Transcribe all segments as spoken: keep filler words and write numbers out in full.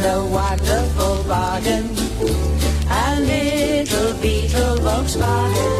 a wonderful bargain. A little beetle Volkswagen.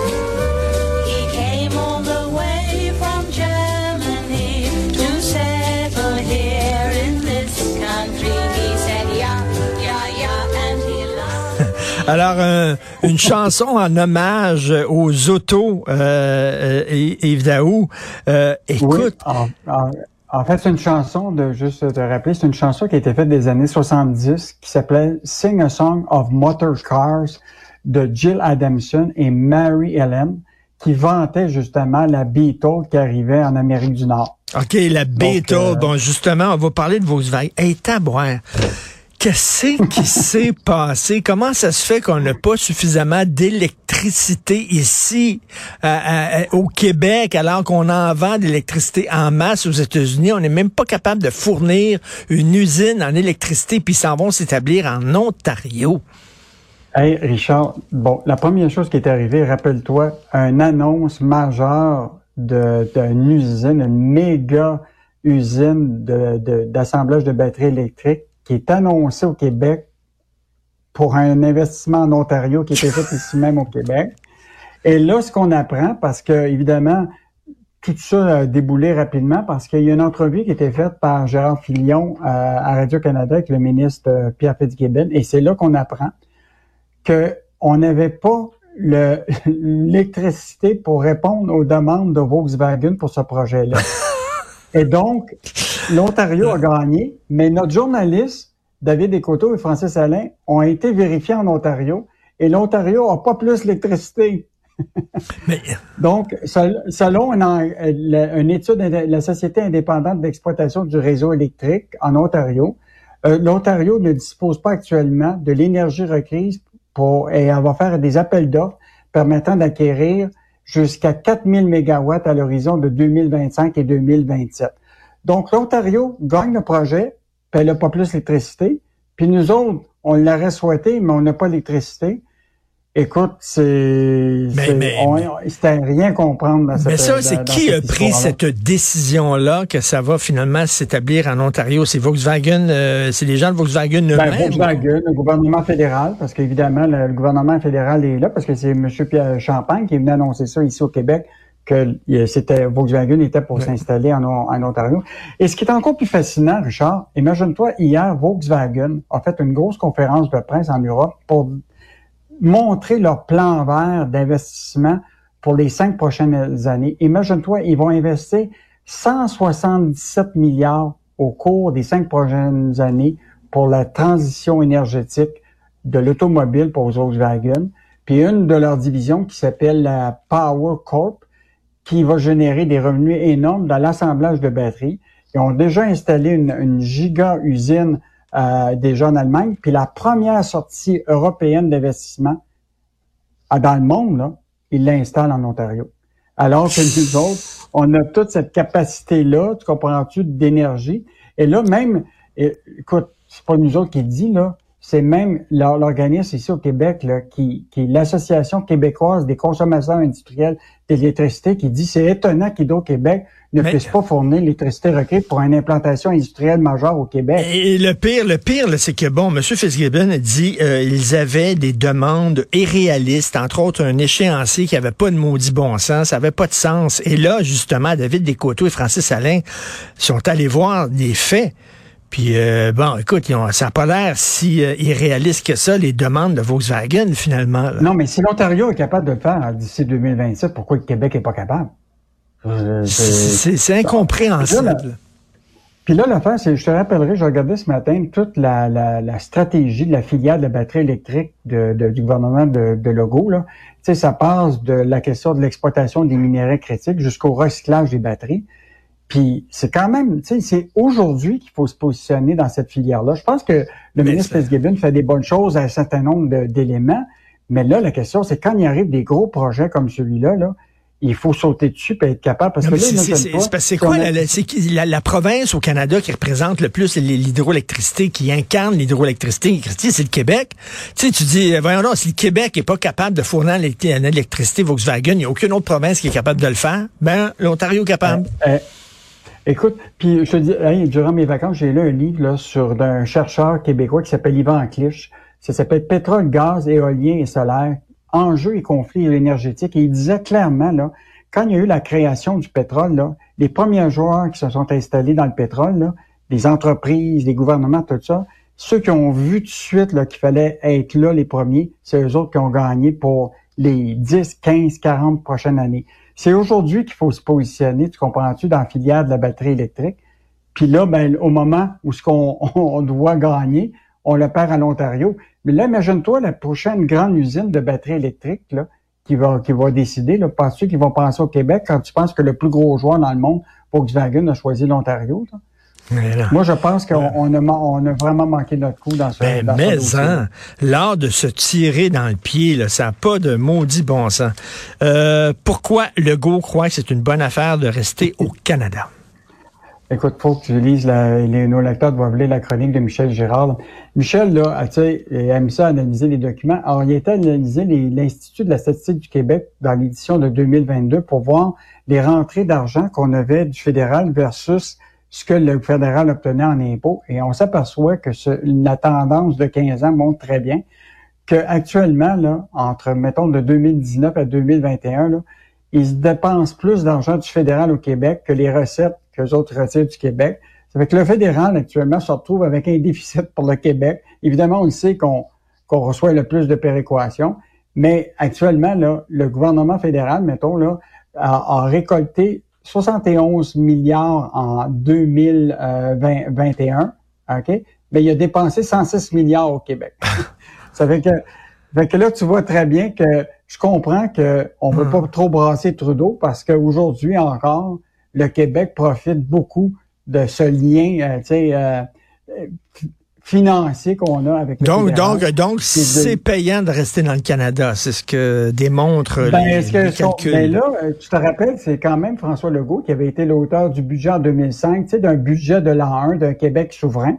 He came all the way from Germany to settle here in this country. He said, yeah, yeah, yeah, and he laughed. Alors, euh, une chanson en hommage aux autos, euh, et Yves Daou. Euh, écoute. Oui, en, en, en fait, c'est une chanson, de juste te rappeler, c'est une chanson qui a été faite des années soixante-dix, qui s'appelait Sing a Song of Motor Cars de Jill Adamson et Mary Ellen, qui vantait justement la Beetle qui arrivait en Amérique du Nord. OK, la Beetle. Donc, euh, bon, justement, on va parler de Volkswagen. Hey, tabouin. Qu'est-ce qui s'est passé? Comment ça se fait qu'on n'a pas suffisamment d'électricité ici euh, euh, au Québec, alors qu'on en vend de l'électricité en masse aux États-Unis? On n'est même pas capable de fournir une usine en électricité, puis ils s'en vont s'établir en Ontario. Hey, Richard, bon, la première chose qui est arrivée, rappelle-toi, une annonce majeure de, d'une usine, une méga usine de, de, d'assemblage de batteries électriques qui est annoncé au Québec pour un investissement en Ontario qui était fait ici même au Québec. Et là, ce qu'on apprend, parce que évidemment, tout ça a déboulé rapidement, parce qu'il y a une entrevue qui a été faite par Gérard Filion euh, à Radio-Canada avec le ministre euh, Pierre Fitzgibbon, et c'est là qu'on apprend que on n'avait pas le, l'électricité pour répondre aux demandes de Volkswagen pour ce projet-là. Et donc, l'Ontario a gagné, mais notre journaliste, David Descoteaux et Francis Alain, ont été vérifiés en Ontario, et l'Ontario n'a pas plus d'électricité. Mais... Donc, selon une, une étude de la Société indépendante d'exploitation du réseau électrique en Ontario, euh, l'Ontario ne dispose pas actuellement de l'énergie requise pour, et elle va faire des appels d'offres permettant d'acquérir jusqu'à quatre mille mégawatts à l'horizon de deux mille vingt-cinq et deux mille vingt-sept. Donc, l'Ontario gagne le projet, puis elle n'a pas plus d'électricité. Puis nous autres, on l'aurait souhaité, mais on n'a pas d'électricité. Écoute, c'est, mais, c'est mais, on, c'était rien comprendre dans cette Mais ça, dans, c'est dans qui cette a pris histoire-là. cette décision-là que ça va finalement s'établir en Ontario? C'est Volkswagen, euh, c'est les gens de Volkswagen eux-mêmes? Ben, Volkswagen, le gouvernement fédéral, parce qu'évidemment, le, le gouvernement fédéral est là, parce que c'est M. Pierre Champagne qui est venu annoncer ça ici au Québec, que c'était Volkswagen était pour oui. s'installer en, en Ontario. Et ce qui est encore plus fascinant, Richard, imagine-toi, hier, Volkswagen a fait une grosse conférence de presse en Europe pour montrer leur plan vert d'investissement pour les cinq prochaines années. Imagine-toi, ils vont investir cent soixante-dix-sept milliards au cours des cinq prochaines années pour la transition énergétique de l'automobile pour Volkswagen. Puis une de leurs divisions qui s'appelle la Power Corp, qui va générer des revenus énormes dans l'assemblage de batteries. Ils ont déjà installé une, une giga-usine Euh, déjà en Allemagne, puis la première sortie européenne d'investissement euh, dans le monde, là, ils l'installent en Ontario. Alors que nous autres, on a toute cette capacité-là, tu comprends-tu, d'énergie. Et là, même, et, écoute, c'est pas nous autres qui le dit, là, c'est même l'organisme ici au Québec, là, qui, qui est l'Association québécoise des consommateurs industriels d'électricité, qui dit c'est étonnant qu'Hydro-Québec ne Mais... puisse pas fournir l'électricité requise pour une implantation industrielle majeure au Québec. Et le pire, le pire, là, c'est que bon, M. Fitzgibbon a dit euh, ils avaient des demandes irréalistes, entre autres un échéancier qui avait pas de maudit bon sens, ça avait pas de sens. Et là, justement, David Descoteaux et Francis Alain sont allés voir des faits. Puis, euh, bon, écoute, ils ont, ça n'a pas l'air si euh, irréaliste que ça, les demandes de Volkswagen, finalement. Là. Non, mais si l'Ontario est capable de le faire d'ici deux mille vingt-sept, pourquoi le Québec n'est pas capable? Euh, c'est, c'est, c'est incompréhensible. Puis là, l'affaire, c'est, je te rappellerai, je regardais ce matin toute la, la, la stratégie de la filière de la batterie électrique de, de, du gouvernement de, de Legault, là. Tu sais, ça passe de la question de l'exploitation des minéraux critiques jusqu'au recyclage des batteries. Puis c'est quand même, tu sais, c'est aujourd'hui qu'il faut se positionner dans cette filière-là. Je pense que le mais ministre Fitzgibbon fait des bonnes choses à un certain nombre de, d'éléments, mais là, la question, c'est quand il arrive des gros projets comme celui-là, là, il faut sauter dessus et être capable. Parce non, que là, c'est, c'est, c'est, c'est, c'est quoi la, la, c'est la, la province au Canada qui représente le plus l'hydroélectricité, qui incarne l'hydroélectricité? C'est le Québec. Tu sais, tu dis, voyons donc, si le Québec n'est pas capable de fournir l'électricité Volkswagen, il n'y a aucune autre province qui est capable de le faire. Ben, l'Ontario est capable. Euh, euh, Écoute, puis je te dis, hey, durant mes vacances, j'ai lu un livre là, sur d'un chercheur québécois qui s'appelle Yvan Clich. Ça s'appelle Pétrole, gaz, éolien et solaire, enjeux et conflits énergétiques. Et il disait clairement, là, quand il y a eu la création du pétrole, là, les premiers joueurs qui se sont installés dans le pétrole, là, les entreprises, les gouvernements, tout ça, ceux qui ont vu tout de suite là, qu'il fallait être là les premiers, c'est eux autres qui ont gagné pour les dix, quinze, quarante prochaines années. C'est aujourd'hui qu'il faut se positionner, tu comprends-tu, dans la filière de la batterie électrique. Puis là, ben, au moment où ce qu'on on doit gagner, on le perd à l'Ontario. Mais là, imagine-toi la prochaine grande usine de batterie électrique là, qui va qui va décider. Là, penses-tu qu'ils vont penser au Québec quand tu penses que le plus gros joueur dans le monde, Volkswagen, a choisi l'Ontario? Là? Moi, je pense qu'on on a, on a vraiment manqué notre coup dans ce, ben, dans mais ce hein, l'art de se tirer dans le pied, là, ça n'a pas de maudit bon sens. Euh, pourquoi Legault croit que c'est une bonne affaire de rester au Canada? Écoute, il faut que tu lises, la, les, nos lecteurs doivent lire la chronique de Michel Girard. Michel, là, tu sais, il aime ça analyser les documents. Alors, il a été analysé les, l'Institut de la statistique du Québec dans l'édition de deux mille vingt-deux pour voir les rentrées d'argent qu'on avait du fédéral versus ce que le fédéral obtenait en impôts. Et on s'aperçoit que ce, la tendance de quinze ans montre très bien qu'actuellement, là, entre, mettons, de deux mille dix-neuf à deux mille vingt et un, là, ils se dépensent plus d'argent du fédéral au Québec que les recettes qu'eux autres retirent du Québec. Ça fait que le fédéral, actuellement, se retrouve avec un déficit pour le Québec. Évidemment, on le sait qu'on, qu'on reçoit le plus de péréquation, mais actuellement, là, le gouvernement fédéral, mettons, là, a, a récolté soixante et onze milliards en deux mille vingt et un, OK? Mais il a dépensé cent six milliards au Québec. Ça fait que, fait que là, tu vois très bien que je comprends que on veut pas trop brasser Trudeau parce qu'aujourd'hui encore, le Québec profite beaucoup de ce lien, euh, tu sais, euh, financier qu'on a avec le donc, fédéral. Donc, donc, c'est de... payant de rester dans le Canada. C'est ce que démontrent ben, les, est-ce que les calculs. Mais là, tu te rappelles, c'est quand même François Legault qui avait été l'auteur du budget en deux mille cinq, tu sais, d'un budget de l'an un d'un Québec souverain.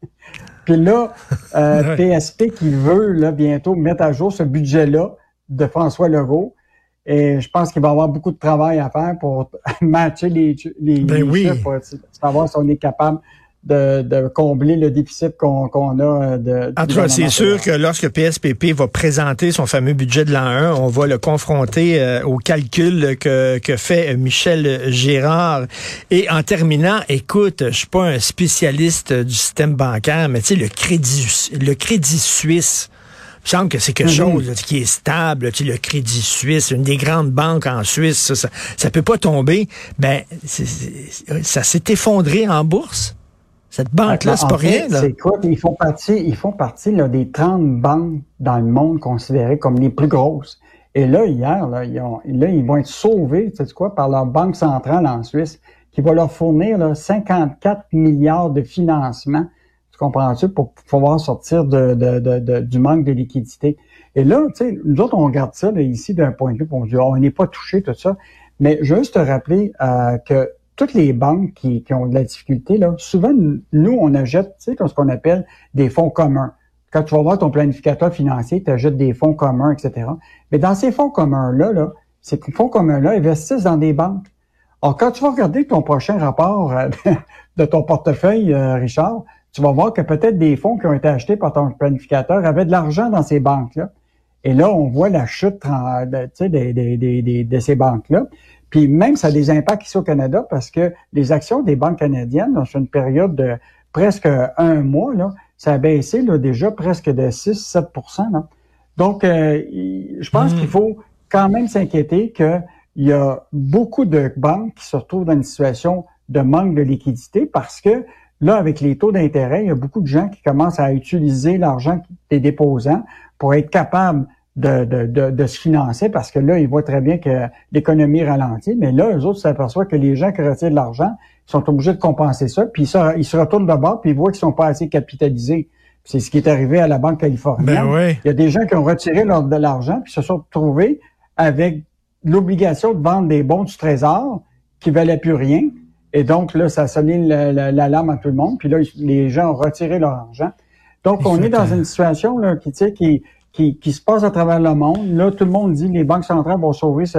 Puis là, euh, P S P qui veut là bientôt mettre à jour ce budget-là de François Legault. Et je pense qu'il va y avoir beaucoup de travail à faire pour matcher les, les, ben les oui. chiffres, pour savoir si on est capable de, de combler le déficit qu'on, qu'on a. De, en tout cas, c'est sûr que lorsque P S P P va présenter son fameux budget de l'an un, on va le confronter euh, au calcul que, que fait Michel Girard. Et en terminant, écoute, je suis pas un spécialiste du système bancaire, mais tu sais, le crédit, le crédit suisse, il me semble que c'est quelque mm-hmm. chose là, qui est stable. Tu sais, le Crédit Suisse, une des grandes banques en Suisse, ça, ça, ça peut pas tomber. Ben, c'est, c'est, ça s'est effondré en bourse. Cette banque-là, c'est pas fait, rien. Là. C'est quoi? Ils font partie, ils font partie là, des trente banques dans le monde considérées comme les plus grosses. Et là, hier, là, ils, ont, là, ils vont être sauvés, tu sais quoi, par leur banque centrale en Suisse, qui va leur fournir là, cinquante-quatre milliards de financement. Tu comprends-tu? Pour pouvoir sortir de, de, de, de, du manque de liquidité. Et là, tu sais, nous autres, on regarde ça là, ici d'un point de vue, on dit, oh, on n'est pas touché, tout ça. Mais juste te rappeler euh, que toutes les banques qui, qui ont de la difficulté, là, souvent, nous, on achète, tu sais, ce qu'on appelle des fonds communs. Quand tu vas voir ton planificateur financier, tu achètes des fonds communs, et cetera. Mais dans ces fonds communs-là, là, ces fonds communs-là investissent dans des banques. Alors, quand tu vas regarder ton prochain rapport euh, de ton portefeuille, euh, Richard, tu vas voir que peut-être des fonds qui ont été achetés par ton planificateur avaient de l'argent dans ces banques-là. Et là, on voit la chute de, tu sais, de, de, de, de, de ces banques-là. Puis même, ça a des impacts ici au Canada parce que les actions des banques canadiennes, dans une période de presque un mois, là, ça a baissé là, déjà presque de six à sept pour cent. Là. Donc, euh, je pense mmh. qu'il faut quand même s'inquiéter qu'il y a beaucoup de banques qui se retrouvent dans une situation de manque de liquidité parce que là, avec les taux d'intérêt, il y a beaucoup de gens qui commencent à utiliser l'argent des déposants pour être capables de, de, de, de se financer parce que là, ils voient très bien que l'économie ralentit. Mais là, eux autres s'aperçoivent que les gens qui retirent de l'argent sont obligés de compenser ça. Puis ça, ils se retournent de bord puis ils voient qu'ils sont pas assez capitalisés. Puis c'est ce qui est arrivé à la Banque californienne. Ben oui. Il y a des gens qui ont retiré leur, de l'argent puis se sont retrouvés avec l'obligation de vendre des bons du Trésor qui valaient plus rien. Et donc, là, ça a sonné l'alarme à tout le monde. Puis là, les gens ont retiré leur argent. Donc, on est dans une situation là, qui, tu sais, qui, qui, qui se passe à travers le monde. Là, tout le monde dit que les banques centrales vont sauver ce,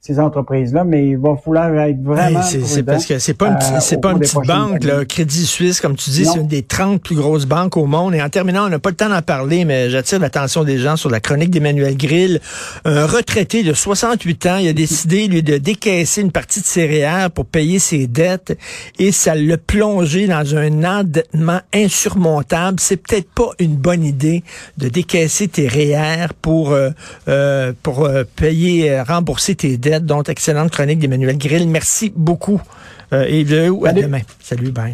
ces entreprises-là, mais il va falloir être vraiment hey, c'est, c'est parce que c'est pas une, petite, c'est pas une petite banque, là. Crédit Suisse, comme tu dis, non. C'est une des trente plus grosses banques au monde. Et en terminant, on n'a pas le temps d'en parler, mais j'attire l'attention des gens sur la chronique d'Emmanuel Grill. Un retraité de soixante-huit ans, il a décidé, lui, de décaisser une partie de ses R E E R pour payer ses dettes et ça l'a plongé dans un endettement insurmontable. C'est peut-être pas une bonne idée de décaisser tes R E E R pour, euh, euh, pour euh, payer, euh, rembourser tes dettes. Donc, excellente chronique d'Emmanuel Grill. Merci beaucoup. Euh, et de où à demain. Salut, bye.